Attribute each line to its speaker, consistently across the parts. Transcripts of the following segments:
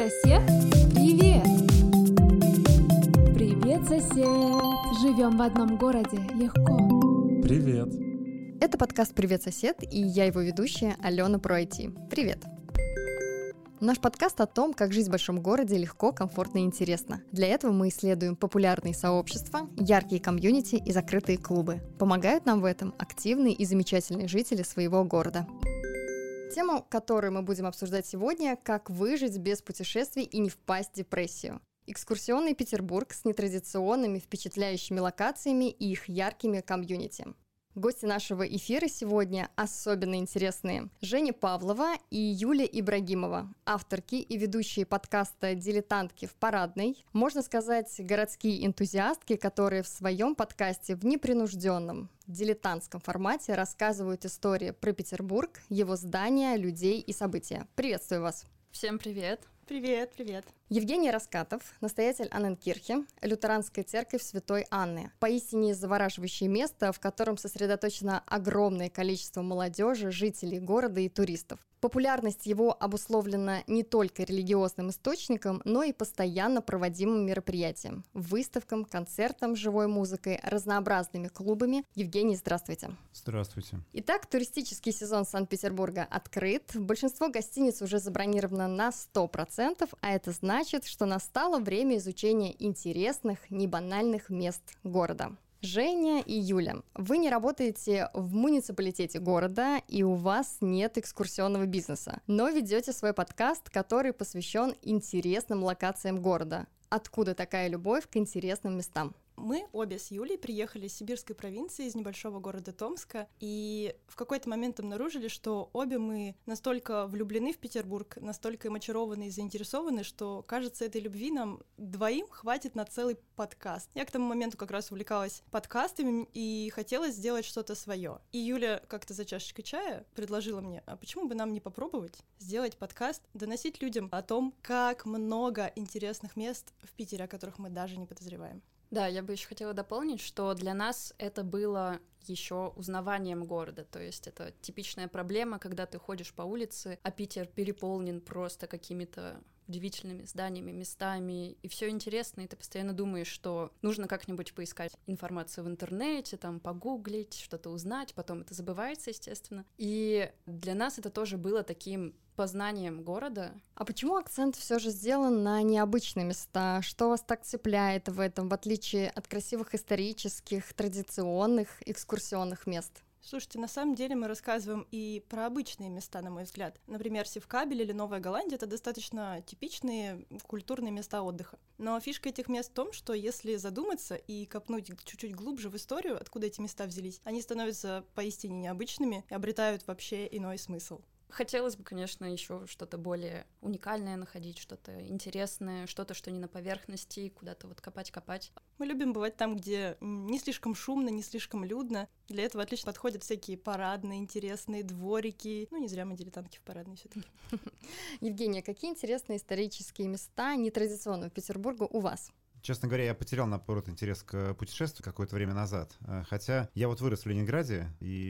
Speaker 1: Сосед, привет! Привет, сосед! Живем в одном городе, легко.
Speaker 2: Привет!
Speaker 3: Это подкаст «Привет, сосед», и я его ведущая Алена про IT. Привет! Наш подкаст о том, как жить в большом городе легко, комфортно и интересно. Для этого мы исследуем популярные сообщества, яркие комьюнити и закрытые клубы. Помогают нам в этом активные и замечательные жители своего города. Тема, которую мы будем обсуждать сегодня, как выжить без путешествий и не впасть в депрессию. Экскурсионный Петербург с нетрадиционными, впечатляющими локациями и их яркими комьюнити. Гости нашего эфира сегодня особенно интересные. Женя Павлова и Юлия Ибрагимова, авторки и ведущие подкаста «Дилетантки в парадной». Можно сказать, городские энтузиастки, которые в своем подкасте в непринужденном, дилетантском формате рассказывают истории про Петербург, его здания, людей и события. Приветствую вас!
Speaker 4: Всем привет!
Speaker 5: Привет, привет.
Speaker 3: Евгений Раскатов, настоятель Анненкирхе, лютеранская церковь Святой Анны. Поистине завораживающее место, в котором сосредоточено огромное количество молодежи, жителей города и туристов. Популярность его обусловлена не только религиозным источником, но и постоянно проводимым мероприятием, выставкам, концертам с живой музыкой, разнообразными клубами. Евгений, здравствуйте.
Speaker 2: Здравствуйте.
Speaker 3: Итак, туристический сезон Санкт-Петербурга открыт. Большинство гостиниц уже забронировано на 100%, а это значит, что настало время изучения интересных, небанальных мест города. Женя и Юля, вы не работаете в муниципалитете города, и у вас нет экскурсионного бизнеса, но ведете свой подкаст, который посвящен интересным локациям города. Откуда такая любовь к интересным местам?
Speaker 5: Мы обе с Юлей приехали из сибирской провинции, из небольшого города Томска, и в какой-то момент обнаружили, что обе мы настолько влюблены в Петербург, настолько им очарованы и заинтересованы, что, кажется, этой любви нам двоим хватит на целый подкаст. Я к тому моменту как раз увлекалась подкастами и хотела сделать что-то свое. И Юля как-то за чашечкой чая предложила мне, а почему бы нам не попробовать сделать подкаст, доносить людям о том, как много интересных мест в Питере, о которых мы даже не подозреваем.
Speaker 4: Да, я бы еще хотела дополнить, что для нас это было еще узнаванием города, то есть это типичная проблема, когда ты ходишь по улице, а Питер переполнен просто какими-то удивительными зданиями, местами, и все интересно, и ты постоянно думаешь, что нужно как-нибудь поискать информацию в интернете, там, погуглить, что-то узнать, потом это забывается, естественно. И для нас это тоже было таким познанием города.
Speaker 3: А почему акцент все же сделан на необычные места? Что вас так цепляет в этом, в отличие от красивых исторических, традиционных экскурсионных мест?
Speaker 5: Слушайте, на самом деле мы рассказываем и про обычные места, на мой взгляд. Например, Севкабель или Новая Голландия — это достаточно типичные культурные места отдыха. Но фишка этих мест в том, что если задуматься и копнуть чуть-чуть глубже в историю, откуда эти места взялись, они становятся поистине необычными и обретают вообще иной смысл.
Speaker 4: Хотелось бы, конечно, еще что-то более уникальное находить, что-то интересное, что-то, что не на поверхности, куда-то вот копать.
Speaker 5: Мы любим бывать там, где не слишком шумно, не слишком людно. Для этого отлично подходят всякие парадные, интересные дворики. Ну, не зря мы дилетантки в парадной все-таки.
Speaker 3: Евгения, какие интересные исторические места нетрадиционного Петербурга у вас?
Speaker 2: Честно говоря, я потерял, наоборот, интерес к путешествию какое-то время назад. Хотя я вот вырос в Ленинграде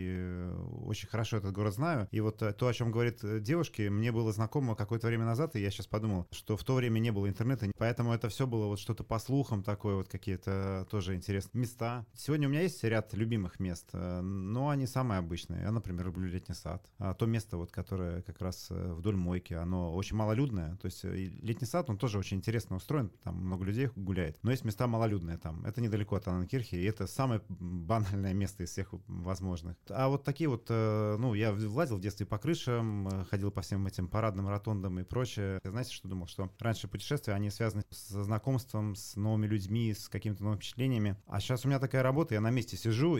Speaker 2: и очень хорошо этот город знаю. И вот то, о чем говорит девушки, мне было знакомо какое-то время назад, и я сейчас подумал, что в то время не было интернета, поэтому это все было вот что-то по слухам такое, вот какие-то тоже интересные места. Сегодня у меня есть ряд любимых мест, но они самые обычные. Я, например, люблю Летний сад. То место, вот, которое как раз вдоль Мойки, оно очень малолюдное. То есть Летний сад, он тоже очень интересно устроен, там много людей гуляет. Но есть места малолюдные там. Это недалеко от Анненкирхи, и это самое банальное место из всех возможных. А вот такие вот, я лазил в детстве по крышам, ходил по всем этим парадным ротондам и прочее. Знаете, что думал? Что раньше путешествия, они связаны со знакомством, с новыми людьми, с какими-то новыми впечатлениями. А сейчас у меня такая работа, я на месте сижу,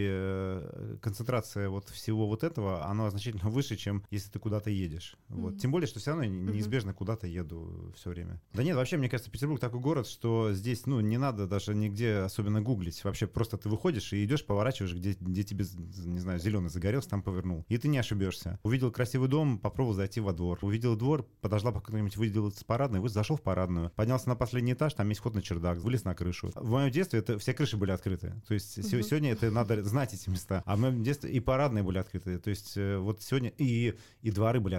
Speaker 2: и концентрация вот всего вот этого, она значительно выше, чем если ты куда-то едешь. Вот. Тем более, что все равно неизбежно куда-то еду все время. Да нет, вообще, мне кажется, Петербург такой город, что здесь, не надо даже нигде особенно гуглить. Вообще просто ты выходишь и идешь, поворачиваешь, где тебе, не знаю, зеленый загорелся, там повернул. И ты не ошибешься. Увидел красивый дом, попробовал зайти во двор. Увидел двор, подошла кто-нибудь, выделил с парадной, зашел в парадную. Поднялся на последний этаж, там есть вход на чердак, вылез на крышу. В моем детстве все крыши были открыты. То есть сегодня это надо знать эти места. А в моем детстве и парадные были открыты. То есть вот сегодня и дворы были открыты.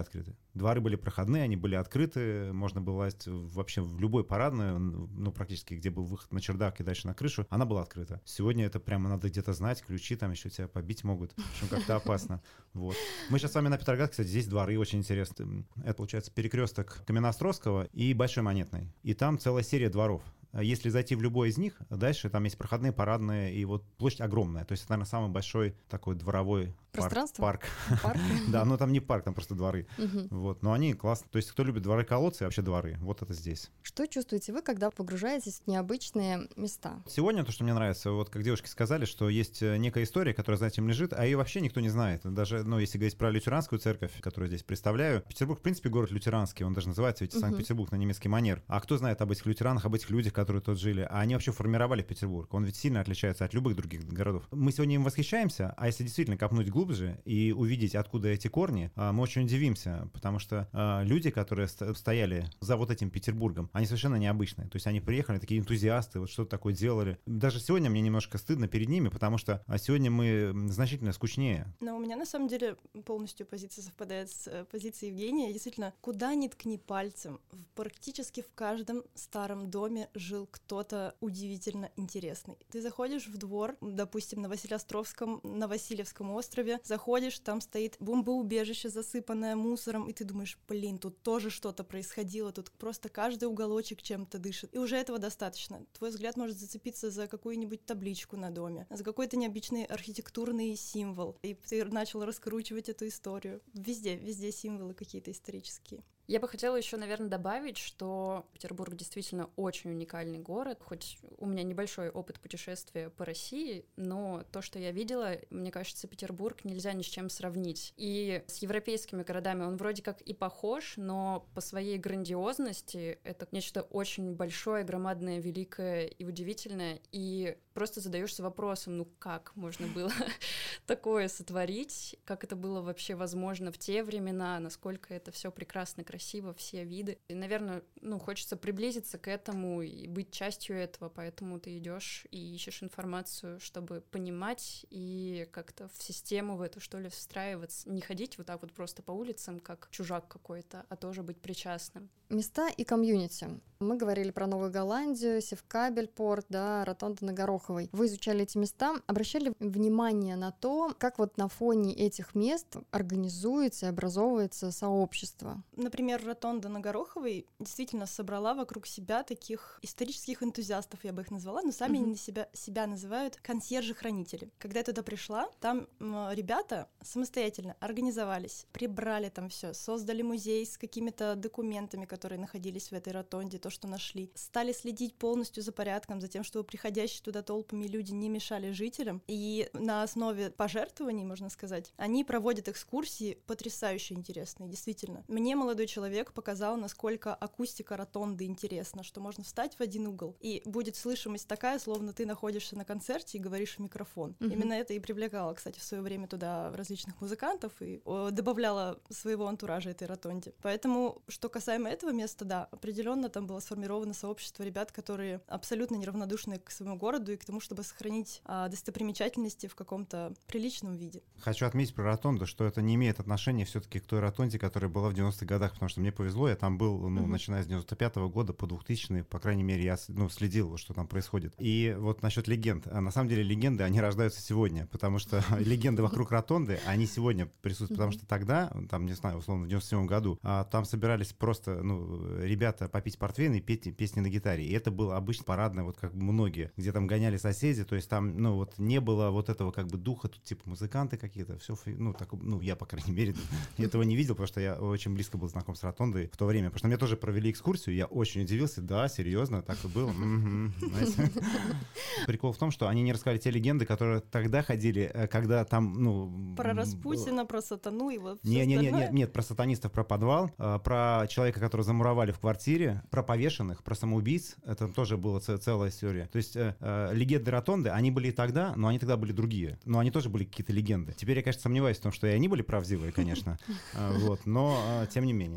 Speaker 2: Дворы были проходные, они были открыты, можно было лазить вообще в любой парадную, ну, практически, где был выход на чердак и дальше на крышу, она была открыта. Сегодня это прямо надо где-то знать, ключи там еще тебя побить могут, в общем, как-то опасно. Вот. Мы сейчас с вами на Петроградке, кстати, здесь дворы очень интересные. Это, получается, перекресток Каменноостровского и Большой Монетной. И там целая серия дворов. Если зайти в любой из них, дальше там есть проходные, парадные, и вот площадь огромная. То есть это, наверное, самый большой такой дворовой парк. Да, но там не парк, там просто дворы. Вот, но они классные. То есть кто любит дворы-колодцы, вообще дворы, вот это здесь.
Speaker 3: Что чувствуете вы, когда погружаетесь в необычные места?
Speaker 2: Сегодня то, что мне нравится, вот как девушки сказали, что есть некая история, которая за этим лежит, а ее вообще никто не знает. Даже, ну, если говорить про лютеранскую церковь, которую здесь представляю, Петербург, в принципе, город лютеранский, он даже называется ведь Санкт-Петербург на немецкий манер. А кто знает об этих лютеранах, об этих людях, которые тут жили? А они вообще формировали Петербург. Он ведь сильно отличается от любых других городов. Мы сегодня им восхищаемся, а если действительно копнуть глубже и увидеть, откуда эти корни, мы очень удивимся, потому что люди, которые стояли за вот этим Петербургом, они совершенно необычные. То есть они приехали, такие энтузиасты, вот что-то такое делали. Даже сегодня мне немножко стыдно перед ними, потому что сегодня мы значительно скучнее.
Speaker 5: Но у меня на самом деле полностью позиция совпадает с позицией Евгения. Действительно, куда ни ткни пальцем, практически в каждом старом доме жил кто-то удивительно интересный. Ты заходишь в двор, допустим, на Василеостровском, на Васильевском острове, заходишь, там стоит бомбоубежище, засыпанное мусором, и ты думаешь, блин, тут тоже что-то происходило, тут просто каждый уголочек чем-то дышит. И уже этого достаточно. Твой взгляд может зацепиться за какую-нибудь табличку на доме, за какой-то необычный архитектурный символ, и ты начал раскручивать эту историю. Везде символы какие-то исторические.
Speaker 4: Я бы хотела еще, наверное, добавить, что Петербург действительно очень уникальный город. Хоть у меня небольшой опыт путешествия по России, но то, что я видела, мне кажется, Петербург нельзя ни с чем сравнить. И с европейскими городами он вроде как и похож, но по своей грандиозности это нечто очень большое, громадное, великое и удивительное. И просто задаешься вопросом, ну как можно было такое сотворить, как это было вообще возможно в те времена, насколько это все прекрасно, красиво, все виды. И, наверное, хочется приблизиться к этому и быть частью этого, поэтому ты идешь и ищешь информацию, чтобы понимать и как-то в систему в эту, что ли, встраиваться. Не ходить вот так вот просто по улицам, как чужак какой-то, а тоже быть причастным.
Speaker 3: Места и комьюнити. Мы говорили про Новую Голландию, Севкабель порт, да, Ротонда на Гороховой. Вы изучали эти места, обращали внимание на то, как вот на фоне этих мест организуется и образовывается сообщество?
Speaker 5: Например, Ротонда на Гороховой действительно собрала вокруг себя таких исторических энтузиастов, я бы их назвала, но сами они себя называют консьержи-хранители. Когда я туда пришла, там ребята самостоятельно организовались, прибрали там все, создали музей с какими-то документами, которые находились в этой ротонде, то, что нашли. Стали следить полностью за порядком, за тем, чтобы приходящие туда толпами люди не мешали жителям. И на основе пожертвований, можно сказать, они проводят экскурсии потрясающе интересные, действительно. Мне молодой человек показал, насколько акустика ротонды интересна, что можно встать в один угол, и будет слышимость такая, словно ты находишься на концерте и говоришь в микрофон. Именно это и привлекало, кстати, в свое время туда различных музыкантов и добавляло своего антуража этой ротонде. Поэтому, что касаемо этого места, да, определенно там было сформировано сообщество ребят, которые абсолютно неравнодушны к своему городу и к тому, чтобы сохранить достопримечательности в каком-то приличном виде.
Speaker 2: Хочу отметить про ротонду, что это не имеет отношения все-таки к той ротонде, которая была в 90-х годах, потому что мне повезло, я там был, начиная с 95-го года по 2000-й, по крайней мере, я следил, что там происходит. И вот насчет легенд. На самом деле легенды, они рождаются сегодня, потому что легенды вокруг ротонды, они сегодня присутствуют, потому что тогда, там, не знаю, условно, в 97-м году, там собирались просто, ребята попить портвейн и петь песни на гитаре. И это было обычно парадное, вот как многие, где там гоняли соседи, то есть там, не было вот этого как бы духа, тут типа музыканты какие-то, все, я, по крайней мере, этого не видел, потому что я очень близко был знаком с ротондой в то время, потому что мне тоже провели экскурсию, я очень удивился, да, серьезно, так и было. Прикол в том, что они не рассказали те легенды, которые тогда ходили, когда там,
Speaker 5: Про Распутина, про сатану и вот все остальное?
Speaker 2: Нет, про сатанистов, про подвал, про человека, которого замуровали в квартире, про повешенных, про самоубийц, это тоже была целая история. То есть легенды ротонды, они были и тогда, но они тогда были другие, но они тоже были какие-то легенды. Теперь я, конечно, сомневаюсь в том, что и они были правдивые, конечно, но тем не менее.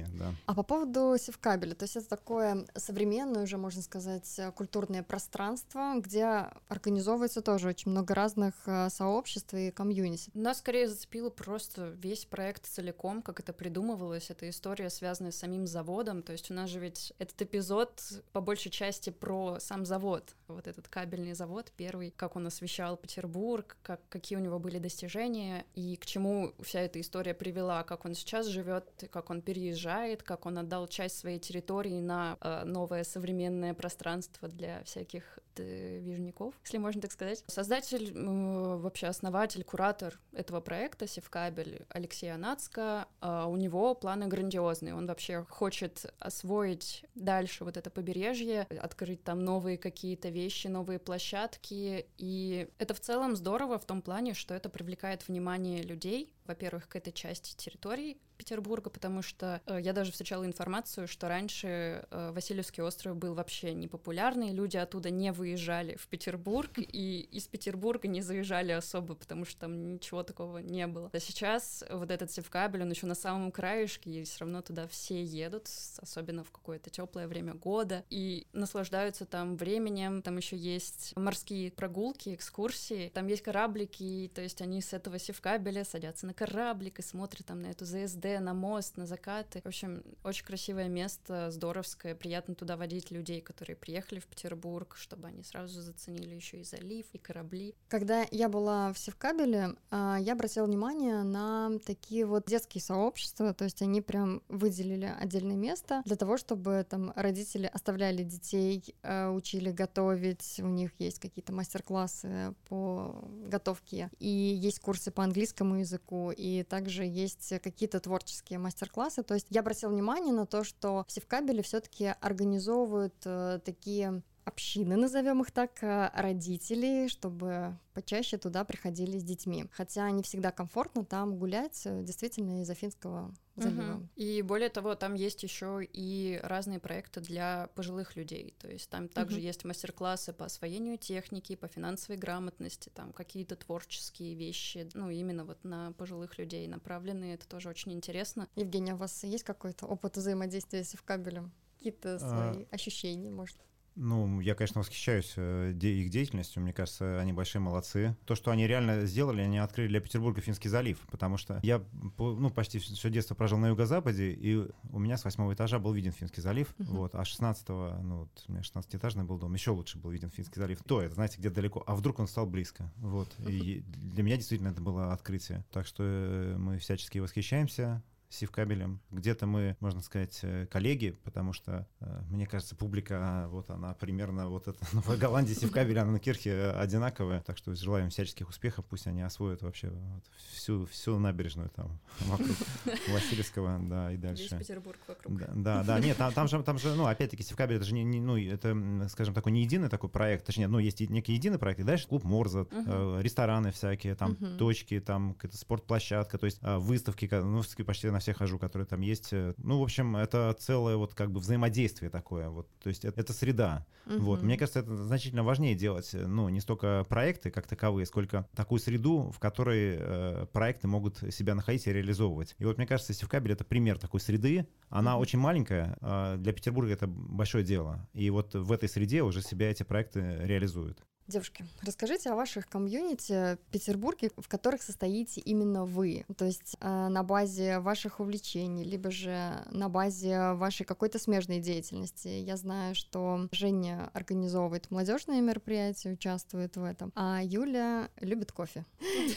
Speaker 2: мнение, да.
Speaker 3: А по поводу Севкабеля, то есть это такое современное уже, можно сказать, культурное пространство, где организовывается тоже очень много разных сообществ и комьюнити.
Speaker 4: Нас скорее зацепило просто весь проект целиком, как это придумывалось. Это история, связанная с самим заводом. То есть у нас же ведь этот эпизод по большей части про сам завод. Вот этот кабельный завод первый, как он освещал Петербург, какие у него были достижения и к чему вся эта история привела, как он сейчас живет, как он переезжает, как он отдал часть своей территории на новое современное пространство для всяких движников, если можно так сказать. Создатель, вообще основатель, куратор этого проекта Севкабель Алексей Анацко, у него планы грандиозные. Он вообще хочет освоить дальше вот это побережье, открыть там новые какие-то вещи, новые площадки. И это в целом здорово в том плане, что это привлекает внимание людей, во-первых, к этой части территории Петербурга, потому что я даже встречала информацию, что раньше Васильевский остров был вообще непопулярный, люди оттуда не выезжали в Петербург, и из Петербурга не заезжали особо, потому что там ничего такого не было. А сейчас вот этот Севкабель, он еще на самом краешке, и все равно туда все едут, особенно в какое-то теплое время года, и наслаждаются там временем. Там еще есть морские прогулки, экскурсии, там есть кораблики, то есть они с этого Севкабеля садятся на кораблик и смотрят там на эту ЗСД, на мост, на закаты. В общем, очень красивое место, здоровское, приятно туда водить людей, которые приехали в Петербург, чтобы они сразу заценили еще и залив, и корабли.
Speaker 3: Когда я была в Севкабеле, я обратила внимание на такие вот детские сообщества, то есть они прям выделили отдельное место для того, чтобы там родители оставляли детей, учили готовить, у них есть какие-то мастер-классы по готовке, и есть курсы по английскому языку, и также есть какие-то творческие мастер-классы. То есть я обратила внимание на то, что в Севкабеле все-таки организовывают такие общины, назовем их так, родителей, чтобы почаще туда приходили с детьми. Хотя не всегда комфортно там гулять, действительно, из Афинского залива.
Speaker 4: И более того, там есть еще и разные проекты для пожилых людей. То есть там также есть мастер-классы по освоению техники, по финансовой грамотности, там какие-то творческие вещи, ну, именно вот на пожилых людей направленные. Это тоже очень интересно.
Speaker 3: Евгения, у вас есть какой-то опыт взаимодействия с Севкабелем? Какие-то свои ощущения, может?
Speaker 2: Ну, я, конечно, восхищаюсь их деятельностью. Мне кажется, они большие молодцы. То, что они реально сделали, они открыли для Петербурга Финский залив, потому что я почти все детство прожил на юго-западе, и у меня с 8-го этажа был виден Финский залив, вот, а 16-го, у меня 16-этажный был дом, еще лучше был виден Финский залив. То это, знаете, где-то далеко, а вдруг он стал близко. Вот. И для меня действительно это было открытие. Так что мы всячески восхищаемся Севкабелем. Где-то мы, можно сказать, коллеги, потому что, мне кажется, публика, вот она примерно, вот эта Новая Голландия, Севкабель, Анненкирхе одинаковая. Так что желаем всяческих успехов, пусть они освоят вообще вот всю набережную там вокруг Васильевского, да, и дальше.
Speaker 4: Весь Петербург вокруг.
Speaker 2: Да, нет, там же, ну, опять-таки, Севкабель, это же это, скажем, такой не единый такой проект, точнее, ну, есть некий единый проект, и дальше клуб Морзе, рестораны всякие, там, точки, там, какая-то спортплощадка, то есть выставки почти на все хожу, которые там есть. Ну, в общем, это целое вот как бы взаимодействие такое, вот, то есть это среда. Вот, мне кажется, это значительно важнее делать, ну, не столько проекты как таковые, сколько такую среду, в которой проекты могут себя находить и реализовывать. И вот, мне кажется, Севкабель — это пример такой среды. Она очень маленькая, для Петербурга это большое дело. И вот в этой среде уже себя эти проекты реализуют.
Speaker 3: Девушки, расскажите о ваших комьюнити в Петербурге, в которых состоите именно вы. То есть на базе ваших увлечений, либо же на базе вашей какой-то смежной деятельности. Я знаю, что Женя организовывает молодежные мероприятия, участвует в этом, а Юля любит кофе.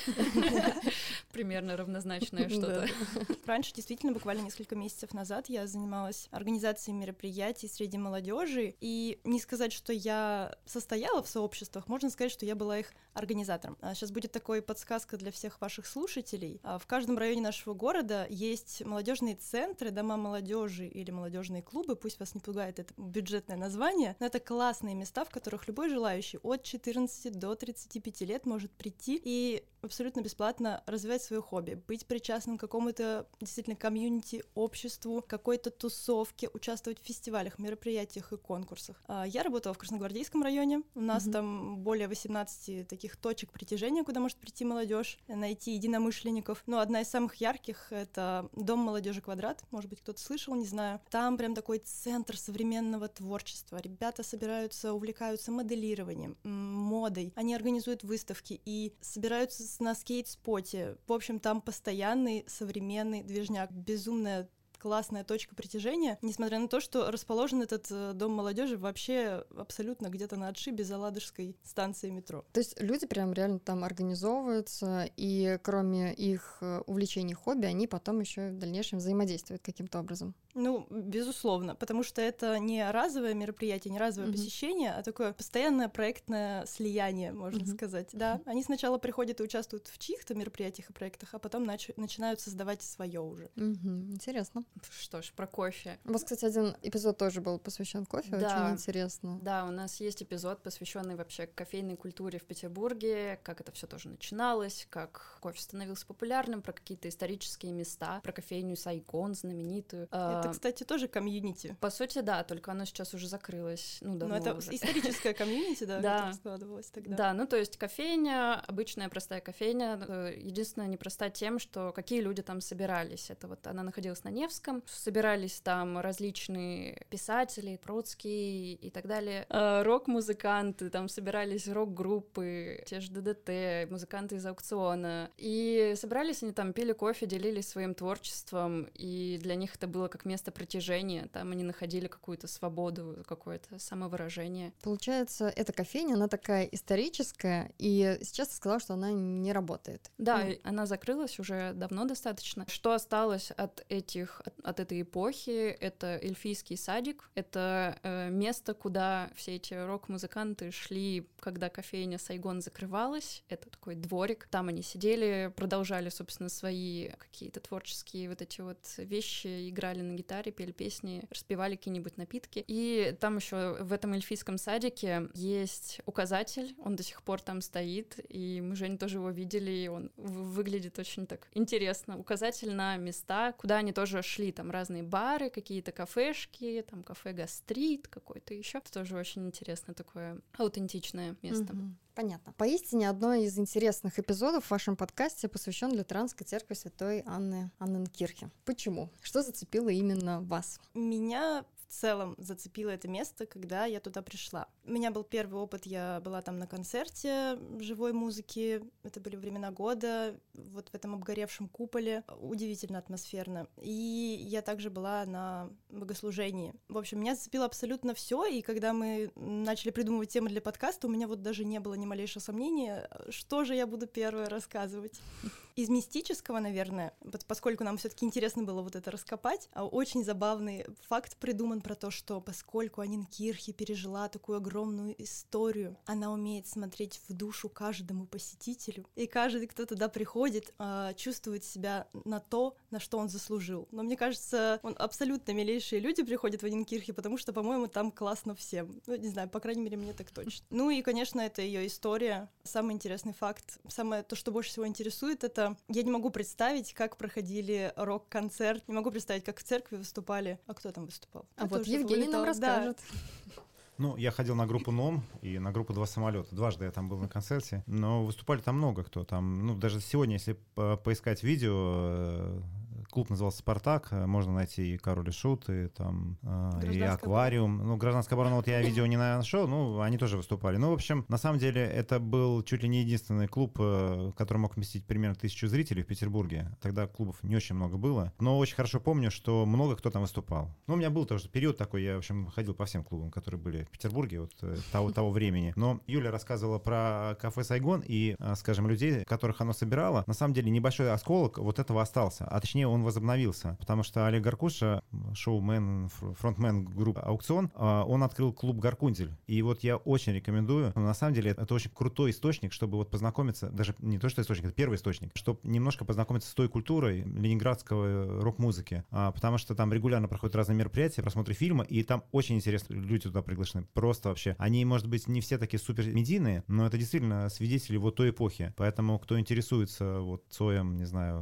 Speaker 4: Примерно равнозначное что-то.
Speaker 5: Раньше, действительно, буквально несколько месяцев назад я занималась организацией мероприятий среди молодежи, и не сказать, что я состояла в сообществах, можно сказать, что я была их организатором. Сейчас будет такой подсказка для всех ваших слушателей. В каждом районе нашего города есть молодежные центры, дома молодежи или молодежные клубы, пусть вас не пугает это бюджетное название, но это классные места, в которых любой желающий от 14 до 35 лет может прийти и абсолютно бесплатно развивать свое хобби, быть причастным к какому-то действительно комьюнити, обществу, какой-то тусовке, участвовать в фестивалях, мероприятиях и конкурсах. Я работала в Красногвардейском районе, у нас там более 18 таких точек притяжения, куда может прийти молодежь, найти единомышленников. Но одна из самых ярких — это Дом молодежи «Квадрат». Может быть, кто-то слышал, не знаю. Там прям такой центр современного творчества. Ребята собираются, увлекаются моделированием, модой. Они организуют выставки и собираются на скейт-споте. В общем, там постоянный современный движняк. Безумная классная точка притяжения, несмотря на то, что расположен этот дом молодежи вообще абсолютно где-то на отшибе за Ладожской станции метро.
Speaker 3: То есть люди прям реально там организовываются, и кроме их увлечений, хобби, они потом еще в дальнейшем взаимодействуют каким-то образом.
Speaker 5: Ну, безусловно, потому что это не разовое мероприятие, не разовое посещение, а такое постоянное проектное слияние, можно сказать. Да, они сначала приходят и участвуют в чьих-то мероприятиях и проектах, а потом начинают создавать свое уже.
Speaker 3: Интересно.
Speaker 4: Что ж, про кофе.
Speaker 3: У вас, кстати, один эпизод тоже был посвящен кофе, очень интересно.
Speaker 4: Да, у нас есть эпизод, посвященный вообще кофейной культуре в Петербурге, как это все тоже начиналось, как кофе становился популярным, про какие-то исторические места, про кофейню Сайгон знаменитую.
Speaker 5: Это, кстати, тоже комьюнити.
Speaker 4: По сути, да, только оно сейчас уже закрылось. Ну, давно
Speaker 5: это
Speaker 4: уже.
Speaker 5: Историческое комьюнити, да,
Speaker 4: да,
Speaker 5: складывалось тогда.
Speaker 4: Да, ну то есть кофейня, обычная простая кофейня, единственное, непроста тем, что какие люди там собирались. Это вот она находилась на Невском, собирались там различные писатели, Троцкий и так далее, рок-музыканты, там собирались рок-группы, те же ДДТ, музыканты из аукциона, и собирались они там, пили кофе, делились своим творчеством, и для них это было как место притяжения, там они находили какую-то свободу, какое-то самовыражение.
Speaker 3: Получается, эта кофейня, она такая историческая, и сейчас ты сказала, что она не работает.
Speaker 4: Да, она закрылась уже давно достаточно. Что осталось от этой эпохи, это эльфийский садик, это место, куда все эти рок-музыканты шли, когда кофейня Сайгон закрывалась, это такой дворик, там они сидели, продолжали, собственно, свои какие-то творческие вот эти вот вещи, играли на гитаре, пели песни, распевали какие-нибудь напитки. И там еще в этом эльфийском садике есть указатель, он до сих пор там стоит, и мы, Женя, тоже его видели, и он выглядит очень так интересно. Указатель на места, куда они тоже шли, там разные бары, какие-то кафешки, там кафе «Гастрит», какой-то еще. Это тоже очень интересное такое аутентичное место.
Speaker 3: Понятно. Поистине, одно из интересных эпизодов в вашем подкасте посвящен лютеранской церкви Святой Анны Анненкирхе. Почему? Что зацепило именно вас?
Speaker 5: Меня в целом зацепило это место, когда я туда пришла. У меня был первый опыт, я была там на концерте живой музыки, это были времена года, вот в этом обгоревшем куполе, удивительно атмосферно. И я также была на богослужении. В общем, меня зацепило абсолютно все, и когда мы начали придумывать темы для подкаста, у меня вот даже не было ни малейшего сомнения, что же я буду первое рассказывать. Из мистического, наверное, поскольку нам все-таки интересно было вот это раскопать, очень забавный факт придуман про то, что поскольку Анненкирхе пережила такую огромную историю, она умеет смотреть в душу каждому посетителю, и каждый, кто туда приходит, чувствует себя на то, на что он заслужил. Но мне кажется, абсолютно милейшие люди приходят в Анненкирхе, потому что, по-моему, там классно всем. Ну, не знаю, по крайней мере, мне так точно. Ну и, конечно, это ее история. Самый интересный факт, самое то, что больше всего интересует, это я не могу представить, как проходили рок-концерт, не могу представить, как в церкви выступали. А кто там выступал?
Speaker 3: А вот Евгений нам расскажет.
Speaker 2: Ну, я ходил на группу НОМ и на группу «Два самолета». Дважды я там был на концерте, но выступали там много кто. Там, ну, даже сегодня, если поискать видео, клуб назывался «Спартак», можно найти и «Король и Шут», и там и «Аквариум». Ну, «Гражданская оборона», вот я видео не нашел, ну, они тоже выступали. Ну, в общем, на самом деле, это был чуть ли не единственный клуб, который мог вместить примерно 1000 зрителей в Петербурге. Тогда клубов не очень много было, но очень хорошо помню, что много кто там выступал. Ну, у меня был тоже период такой, я, в общем, ходил по всем клубам, которые были в Петербурге вот того времени. Но Юля рассказывала про кафе «Сайгон» и, скажем, людей, которых оно собирало. На самом деле, небольшой осколок вот этого остался, а точнее, он возобновился, потому что Олег Гаркуша, шоумен, фронтмен группы «Аукцион», он открыл клуб «Гаркундель». И вот я очень рекомендую. На самом деле, это очень крутой источник, чтобы вот познакомиться, даже не то, что источник, это первый источник, чтобы немножко познакомиться с той культурой ленинградского рок-музыки, потому что там регулярно проходят разные мероприятия, просмотры фильма, и там очень интересно, люди туда приглашены. Просто вообще. Они, может быть, не все такие супер медийные, но это действительно свидетели вот той эпохи. Поэтому, кто интересуется вот Цоем, не знаю,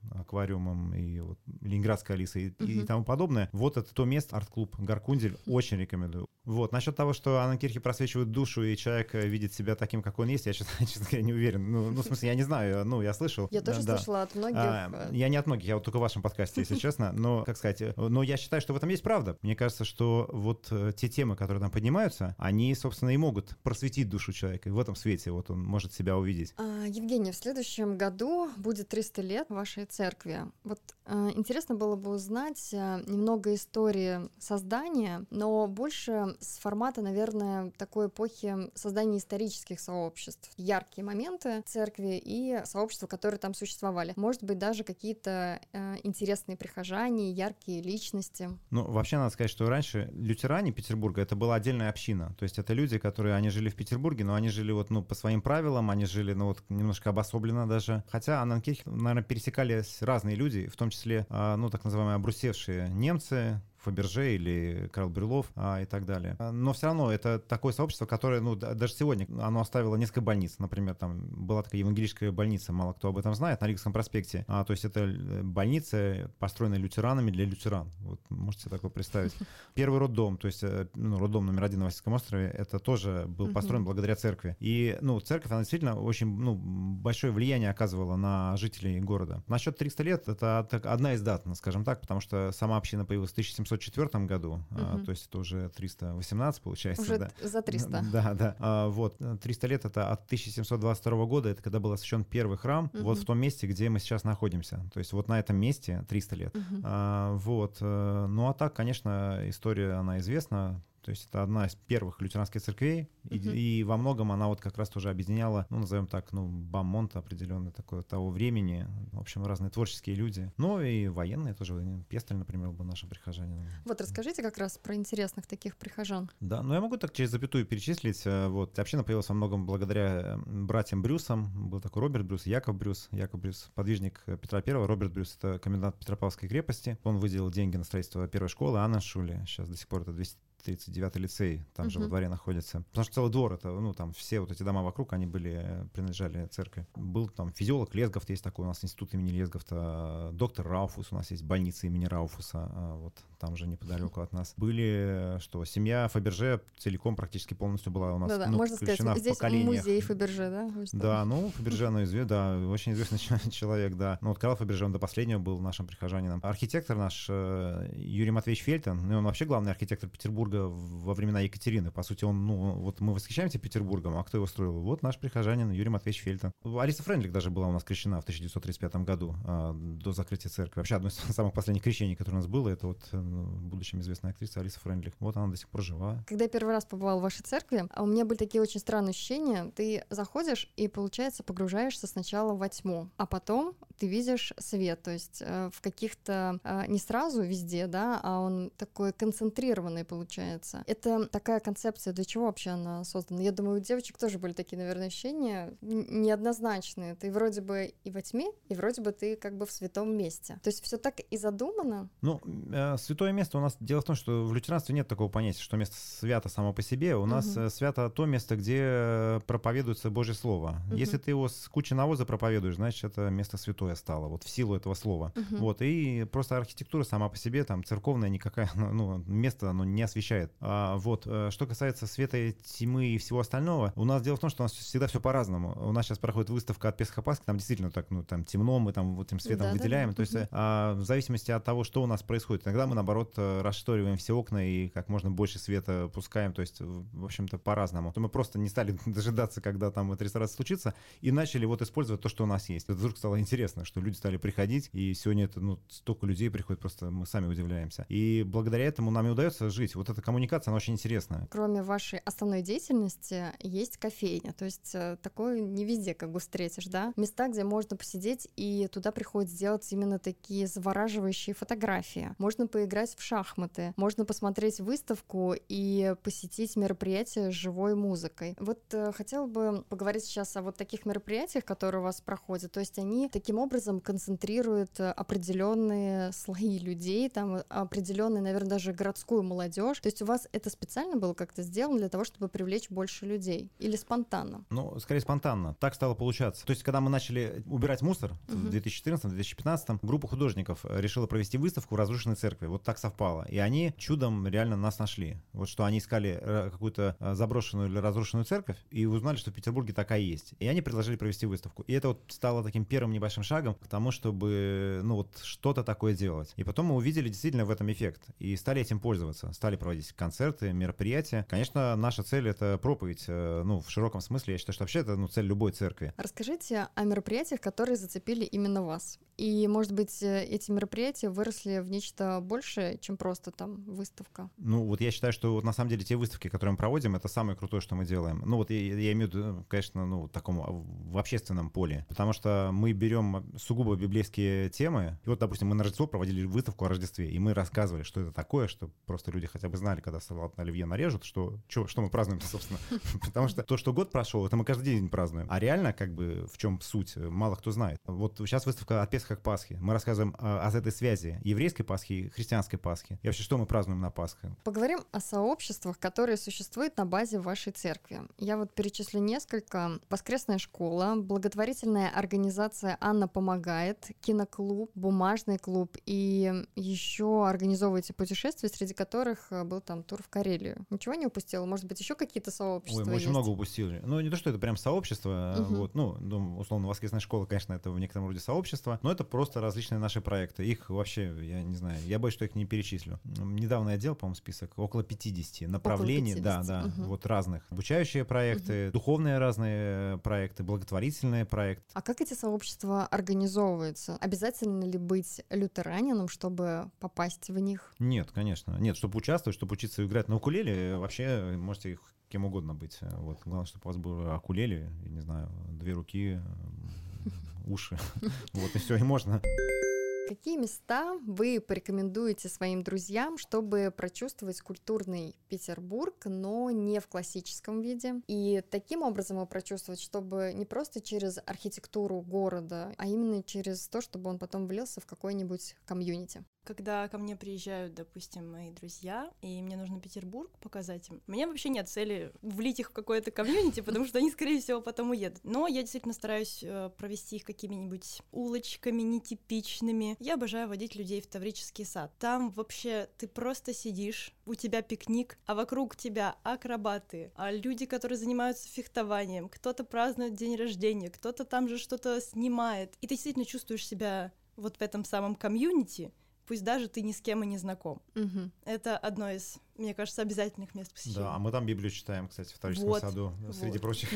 Speaker 2: аквариумом, и вот Ленинградская Алиса и тому подобное. Вот это то место, арт-клуб Гаркундель, очень рекомендую. Вот, насчет того, что Анненкирхе просвечивает душу, и человек видит себя таким, какой он есть, я, честно говоря, не уверен. Ну, в смысле, я не знаю, я слышал.
Speaker 3: Я тоже слышала от многих.
Speaker 2: Я не от многих, я вот только в вашем подкасте, если честно, но, как сказать, но я считаю, что в этом есть правда. Мне кажется, что вот те темы, которые там поднимаются, они, собственно, и могут просветить душу человека, и в этом свете вот он может себя увидеть.
Speaker 3: Евгений, в следующем году будет 300 лет вашей церкви. Вот интересно было бы узнать немного истории создания, но больше с формата, наверное, такой эпохи создания исторических сообществ. Яркие моменты церкви и сообщества, которые там существовали. Может быть, даже какие-то интересные прихожане, яркие личности.
Speaker 2: Ну, вообще, надо сказать, что раньше лютеране Петербурга — это была отдельная община. То есть это люди, которые, они жили в Петербурге, но они жили вот, по своим правилам, они жили, немножко обособленно даже. Хотя Анненкирхе, наверное, пересекались разные люди, в том числе, так называемые обрусевшие немцы, Фаберже или Карл Брюлов и так далее. Но все равно это такое сообщество, которое, даже сегодня оно оставило несколько больниц. Например, там была такая евангелическая больница, мало кто об этом знает, на Рижском проспекте. То есть это больница, построенная лютеранами для лютеран. Вот можете себе такое представить. Первый роддом, то есть роддом номер 1 на Васильском острове, это тоже был построен благодаря церкви. И, церковь, она действительно очень, большое влияние оказывала на жителей города. Насчет 300 лет, это одна из дат, скажем так, потому что сама община появилась в 1704 году, то есть это уже 318 получается.
Speaker 3: Уже
Speaker 2: да.
Speaker 3: за 300.
Speaker 2: Да. Вот, 300 лет — это от 1722 года, это когда был освящен первый храм, вот в том месте, где мы сейчас находимся. То есть вот на этом месте 300 лет. Вот. Ну а так, конечно, история, она известна. То есть это одна из первых лютеранских церквей, и во многом она вот как раз тоже объединяла, назовем так, бомонд определенный такой того времени, в общем, разные творческие люди, и военные тоже, Пестель, например, был нашим прихожанином.
Speaker 3: Вот расскажите как раз про интересных таких прихожан.
Speaker 2: Да, я могу так через запятую перечислить. Вот, община появилась во многом благодаря братьям Брюсам, был такой Роберт Брюс, Яков Брюс, подвижник Петра I, Роберт Брюс — это комендант Петропавловской крепости, он выделил деньги на строительство первой школы, Анненшуле, сейчас до сих пор это 239-й лицей, там же во дворе находится. Потому что целый двор, это, там все вот эти дома вокруг, они принадлежали церкви. Был там физиолог Лесговт, есть такой у нас институт имени Лесговта, доктор Рауфус, у нас есть больница имени Рауфуса, вот там же неподалеку от нас. Были, семья Фаберже целиком практически полностью была у нас
Speaker 3: можно сказать, здесь музей Фаберже, да?
Speaker 2: Да, Фаберже, очень известный человек, да. Вот Карл Фаберже, он до последнего был нашим прихожанином. Архитектор наш Юрий Матвеевич Фельтон, он вообще главный архитектор Петербурга во времена Екатерины. По сути, он, вот мы восхищаемся Петербургом, а кто его строил? Вот наш прихожанин Юрий Матвеевич Фельтон. Алиса Френдлих даже была у нас крещена в 1935 году, до закрытия церкви. Вообще, одно из самых последних крещений, которое у нас было, это вот в будущем известная актриса Алиса Френдлих. Вот она до сих пор жива.
Speaker 3: Когда я первый раз побывала в вашей церкви, у меня были такие очень странные ощущения. Ты заходишь и, получается, погружаешься сначала во тьму, а потом ты видишь свет, то есть в каких-то, не сразу везде, да, а он такой концентрированный получается. Это такая концепция, для чего вообще она создана? Я думаю, у девочек тоже были такие, наверное, ощущения неоднозначные. Ты вроде бы и во тьме, и вроде бы ты как бы в святом месте. То есть все так и задумано?
Speaker 2: Святое место у нас, дело в том, что в лютеранстве нет такого понятия, что место свято само по себе. У нас свято то место, где проповедуется Божье Слово. Если ты его с кучей навоза проповедуешь, значит, это место святое стало, вот в силу этого слова. Вот, и просто архитектура сама по себе, там, церковная никакая, место, оно не освещает. Вот, что касается света, тьмы и всего остального, у нас дело в том, что у нас всегда все по-разному. У нас сейчас проходит выставка от Песха Пасхи, там действительно так, там темно, мы там вот этим светом выделяем. То есть в зависимости от того, что у нас происходит, иногда мы, наоборот, расшториваем все окна и как можно больше света пускаем, то есть, в общем-то, по-разному. Мы просто не стали дожидаться, когда там эта реставрация случится, и начали вот использовать то, что у нас есть. Это вдруг стало интересно, что люди стали приходить, и сегодня это, столько людей приходит, просто мы сами удивляемся. И благодаря этому нам и удается жить. Вот эта коммуникация, она очень интересная.
Speaker 3: Кроме вашей основной деятельности, есть кофейня, то есть такое не везде как бы встретишь, да? Места, где можно посидеть, и туда приходят сделать именно такие завораживающие фотографии. Можно поиграть в шахматы, можно посмотреть выставку и посетить мероприятие с живой музыкой. Вот хотела бы поговорить сейчас о вот таких мероприятиях, которые у вас проходят, то есть они таким образом концентрирует определенные слои людей, там определенную, наверное, даже городскую молодежь. То есть у вас это специально было как-то сделано для того, чтобы привлечь больше людей? Или спонтанно?
Speaker 2: Ну, скорее спонтанно. Так стало получаться. То есть, когда мы начали убирать мусор в 2014-2015, группа художников решила провести выставку в разрушенной церкви. Вот так совпало. И они чудом реально нас нашли. Вот что они искали какую-то заброшенную или разрушенную церковь и узнали, что в Петербурге такая есть. И они предложили провести выставку. И это вот стало таким первым небольшим шагом к тому, чтобы, ну, вот что-то такое делать. И потом мы увидели действительно в этом эффект. И стали этим пользоваться. Стали проводить концерты, мероприятия. Конечно, наша цель — это проповедь. Ну, в широком смысле, я считаю, что вообще это, ну, цель любой церкви.
Speaker 3: Расскажите о мероприятиях, которые зацепили именно вас. И, может быть, эти мероприятия выросли в нечто большее, чем просто там выставка?
Speaker 2: Ну, вот я считаю, что вот на самом деле те выставки, которые мы проводим, это самое крутое, что мы делаем. Ну, вот я имею в виду, конечно, ну, такому в общественном поле, потому что мы берем сугубо библейские темы. И вот, допустим, мы на Рождество проводили выставку о Рождестве, и мы рассказывали, что это такое, что просто люди хотя бы знали, когда салат на оливье нарежут, что мы празднуем, собственно. Потому что то, что год прошел, это мы каждый день празднуем. А реально, как бы, в чем суть, мало кто знает. Вот сейчас выставка «От Песха к Пасхе». Мы рассказываем о этой связи еврейской Пасхи и христианской Пасхи. И вообще, что мы празднуем на Пасху.
Speaker 3: Поговорим о сообществах, которые существуют на базе вашей церкви. Я вот перечислю несколько. Воскресная школа, благотворительная организация «Анна помогает», киноклуб, бумажный клуб, и еще организовываете путешествия, среди которых был там тур в Карелию. Ничего не упустила? Может быть, еще какие-то сообщества?
Speaker 2: Ой, мы очень много упустили. Ну, не то, что это прям сообщество, вот, ну, условно, воскресная школа, конечно, это в некотором роде сообщество, но это просто различные наши проекты. Их вообще, я не знаю, я боюсь, что их не перечислю. Недавно я делал, по-моему, список, около 50 направлений, около 50. Да, вот разных. Обучающие проекты, духовные разные проекты, благотворительные проекты.
Speaker 3: А как эти сообщества организовываются? Обязательно ли быть лютеранином, чтобы попасть в них?
Speaker 2: Нет, конечно. Нет, чтобы участвовать, чтобы учиться играть на укулеле, вообще можете их кем угодно быть. Вот. Главное, чтобы у вас было укулеле, я не знаю, 2 руки, уши. Вот и все, и можно.
Speaker 3: Какие места вы порекомендуете своим друзьям, чтобы прочувствовать культурный Петербург, но не в классическом виде? И таким образом его прочувствовать, чтобы не просто через архитектуру города, а именно через то, чтобы он потом влился в какой-нибудь комьюнити?
Speaker 5: Когда ко мне приезжают, допустим, мои друзья, и мне нужно Петербург показать им, у меня вообще нет цели влить их в какое-то комьюнити, потому что они, скорее всего, потом уедут. Но я действительно стараюсь провести их какими-нибудь улочками нетипичными. Я обожаю водить людей в Таврический сад. Там вообще ты просто сидишь, у тебя пикник, а вокруг тебя акробаты, а люди, которые занимаются фехтованием, кто-то празднует день рождения, кто-то там же что-то снимает. И ты действительно чувствуешь себя вот в этом самом комьюнити, пусть даже ты ни с кем и не знаком. Это одно из, мне кажется, обязательных мест посещения.
Speaker 2: Да, а мы там Библию читаем, кстати, в Таврическом саду, среди прочих.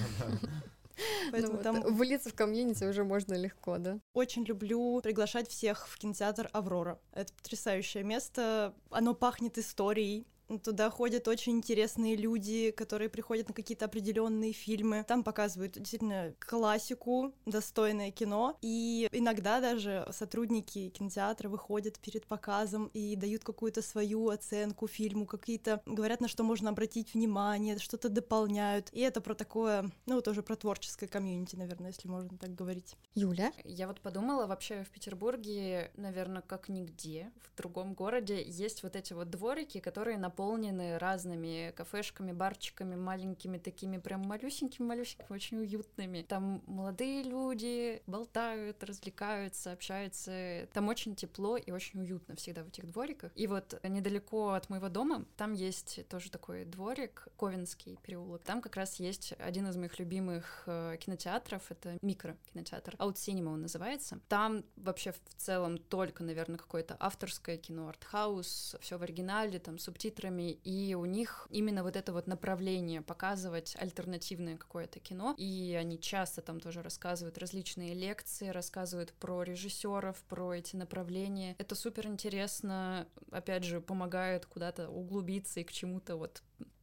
Speaker 3: Поэтому там влиться в комьюнити уже можно легко, да?
Speaker 5: Очень люблю приглашать всех в кинотеатр «Аврора». Это потрясающее место, оно пахнет историей. Туда ходят очень интересные люди, которые приходят на какие-то определенные фильмы. Там показывают действительно классику, достойное кино. И иногда даже сотрудники кинотеатра выходят перед показом и дают какую-то свою оценку фильму, какие-то говорят, на что можно обратить внимание, что-то дополняют. И это про такое, ну, тоже про творческое комьюнити, наверное, если можно так говорить.
Speaker 3: Юля?
Speaker 4: Я вот подумала, вообще в Петербурге, наверное, как нигде в другом городе есть вот эти вот дворики, которые наполнены разными кафешками, барчиками, маленькими такими прям малюсенькими, очень уютными. Там молодые люди болтают, развлекаются, общаются. Там очень тепло и очень уютно всегда в этих двориках. И вот недалеко от моего дома там есть тоже такой дворик, Ковенский переулок. Там как раз есть один из моих любимых кинотеатров, это микрокинотеатр. Out Cinema он называется. Там вообще в целом только, наверное, какое-то авторское кино, артхаус, все в оригинале, там субтитрами, и у них именно вот это вот направление показывать альтернативное какое-то кино, и они часто там тоже рассказывают различные лекции, рассказывают про режиссеров, про эти направления. Это супер интересно, опять же, помогает куда-то углубиться и к чему-то вот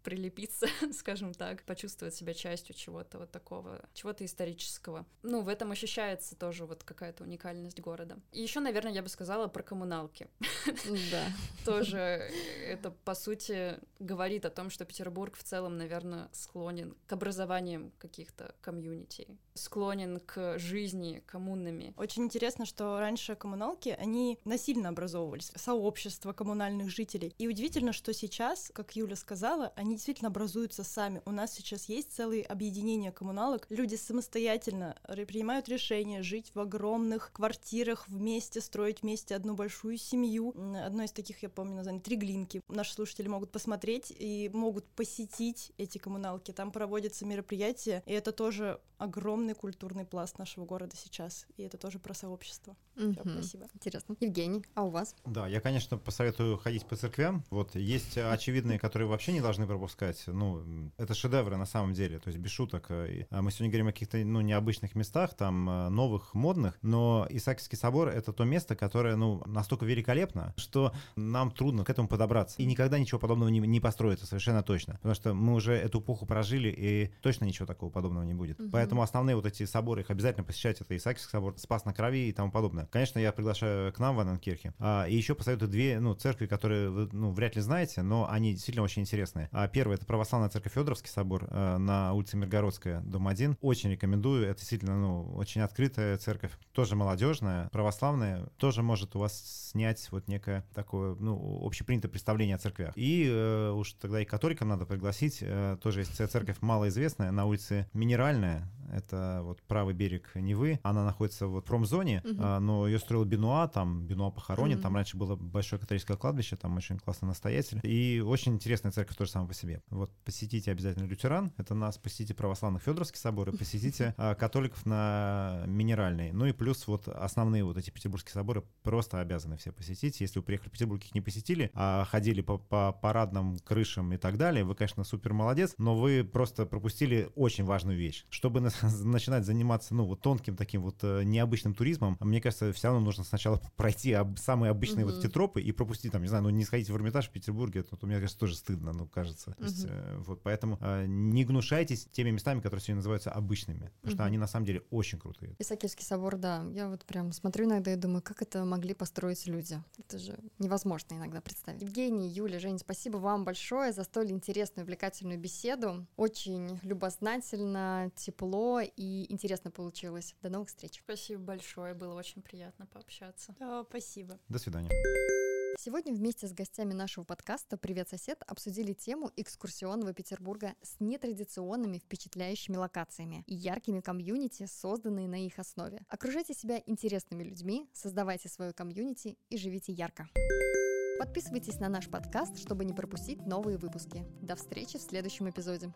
Speaker 4: прилепиться, скажем так, почувствовать себя частью чего-то вот такого, чего-то исторического. Ну, в этом ощущается тоже вот какая-то уникальность города. И еще, наверное, я бы сказала про коммуналки.
Speaker 3: Да.
Speaker 4: Тоже это, по сути, говорит о том, что Петербург в целом, наверное, склонен к образованиям каких-то комьюнити, склонен к жизни коммунами.
Speaker 5: Очень интересно, что раньше коммуналки, они насильно образовывались, сообщества коммунальных жителей. И удивительно, что сейчас, как Юля сказала, они действительно образуются сами. У нас сейчас есть целые объединения коммуналок. Люди самостоятельно принимают решение жить в огромных квартирах вместе, строить вместе одну большую семью. Одно из таких, я помню, название Триглинки. Наши слушатели могут посмотреть и могут посетить эти коммуналки. Там проводятся мероприятия, и это тоже огромный культурный пласт нашего города сейчас. И это тоже про сообщество. Всё, спасибо.
Speaker 3: Интересно. Евгений, а у вас?
Speaker 2: Да, я, конечно, посоветую ходить по церквям. Вот есть очевидные, которые вообще не должны пропускать. Ну, это шедевры на самом деле, то есть без шуток. Мы сегодня говорим о каких-то, ну, необычных местах, там, новых, модных, но Исаакиевский собор — это то место, которое, ну, настолько великолепно, что нам трудно к этому подобраться. И никогда ничего подобного не построится, совершенно точно. Потому что мы уже эту эпоху прожили, и точно ничего такого подобного не будет. Поэтому основные вот эти соборы, их обязательно посещать. Это Исаакиевский собор, Спас на Крови и тому подобное. Конечно, я приглашаю к нам в Анненкирхе. И еще посоветую две, ну, церкви, которые вы, ну, вряд ли знаете, но они действительно очень интересные. Первое — это православная церковь Федоровский собор на улице Миргородская, дом 1. Очень рекомендую. Это действительно, ну, очень открытая церковь, тоже молодежная, православная, тоже может у вас снять вот некое такое, ну, общепринятое представление о церквях. И уж тогда и католикам надо пригласить. Тоже есть церковь малоизвестная на улице Минеральная. Это вот правый берег Невы. Она находится вот в промзоне, но ее строил Бенуа, там Бенуа похоронен, там раньше было большое католическое кладбище, там очень классный настоятель. И очень интересная церковь тоже сама по себе. Вот посетите обязательно лютеран, это нас, посетите православных Федоровский собор и посетите католиков на Минеральной. Ну и плюс вот основные вот эти петербургские соборы просто обязаны все посетить. Если вы приехали в Петербург, их не посетили, а ходили по парадным крышам и так далее, вы, конечно, супер молодец, но вы просто пропустили очень важную вещь. Чтобы начинать заниматься, ну, вот тонким таким вот необычным туризмом, мне кажется, все равно нужно сначала пройти самые обычные вот эти тропы и пропустить, там, не знаю, ну, не сходить в Эрмитаж в Петербурге, это, мне кажется, тоже стыдно, ну, кажется. То есть, вот, поэтому не гнушайтесь теми местами, которые сегодня называются обычными, потому что они на самом деле очень крутые.
Speaker 3: Исаакиевский собор, да, я вот прям смотрю иногда и думаю, как это могли построить люди. Это же невозможно иногда представить. Евгений, Юля, Женя, спасибо вам большое за столь интересную, увлекательную беседу. Очень любознательно, тепло и интересно получилось. До новых встреч.
Speaker 4: Спасибо большое, было очень приятно пообщаться.
Speaker 5: Да, спасибо.
Speaker 2: До свидания.
Speaker 3: Сегодня вместе с гостями нашего подкаста «Привет, сосед» обсудили тему экскурсионного Петербурга с нетрадиционными впечатляющими локациями и яркими комьюнити, созданные на их основе. Окружайте себя интересными людьми, создавайте свое комьюнити и живите ярко. Подписывайтесь на наш подкаст, чтобы не пропустить новые выпуски. До встречи в следующем эпизоде.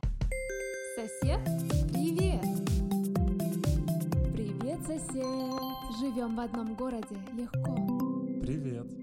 Speaker 1: Сосед, привет! Привет, сосед! Живем в одном городе, легко.
Speaker 6: Привет.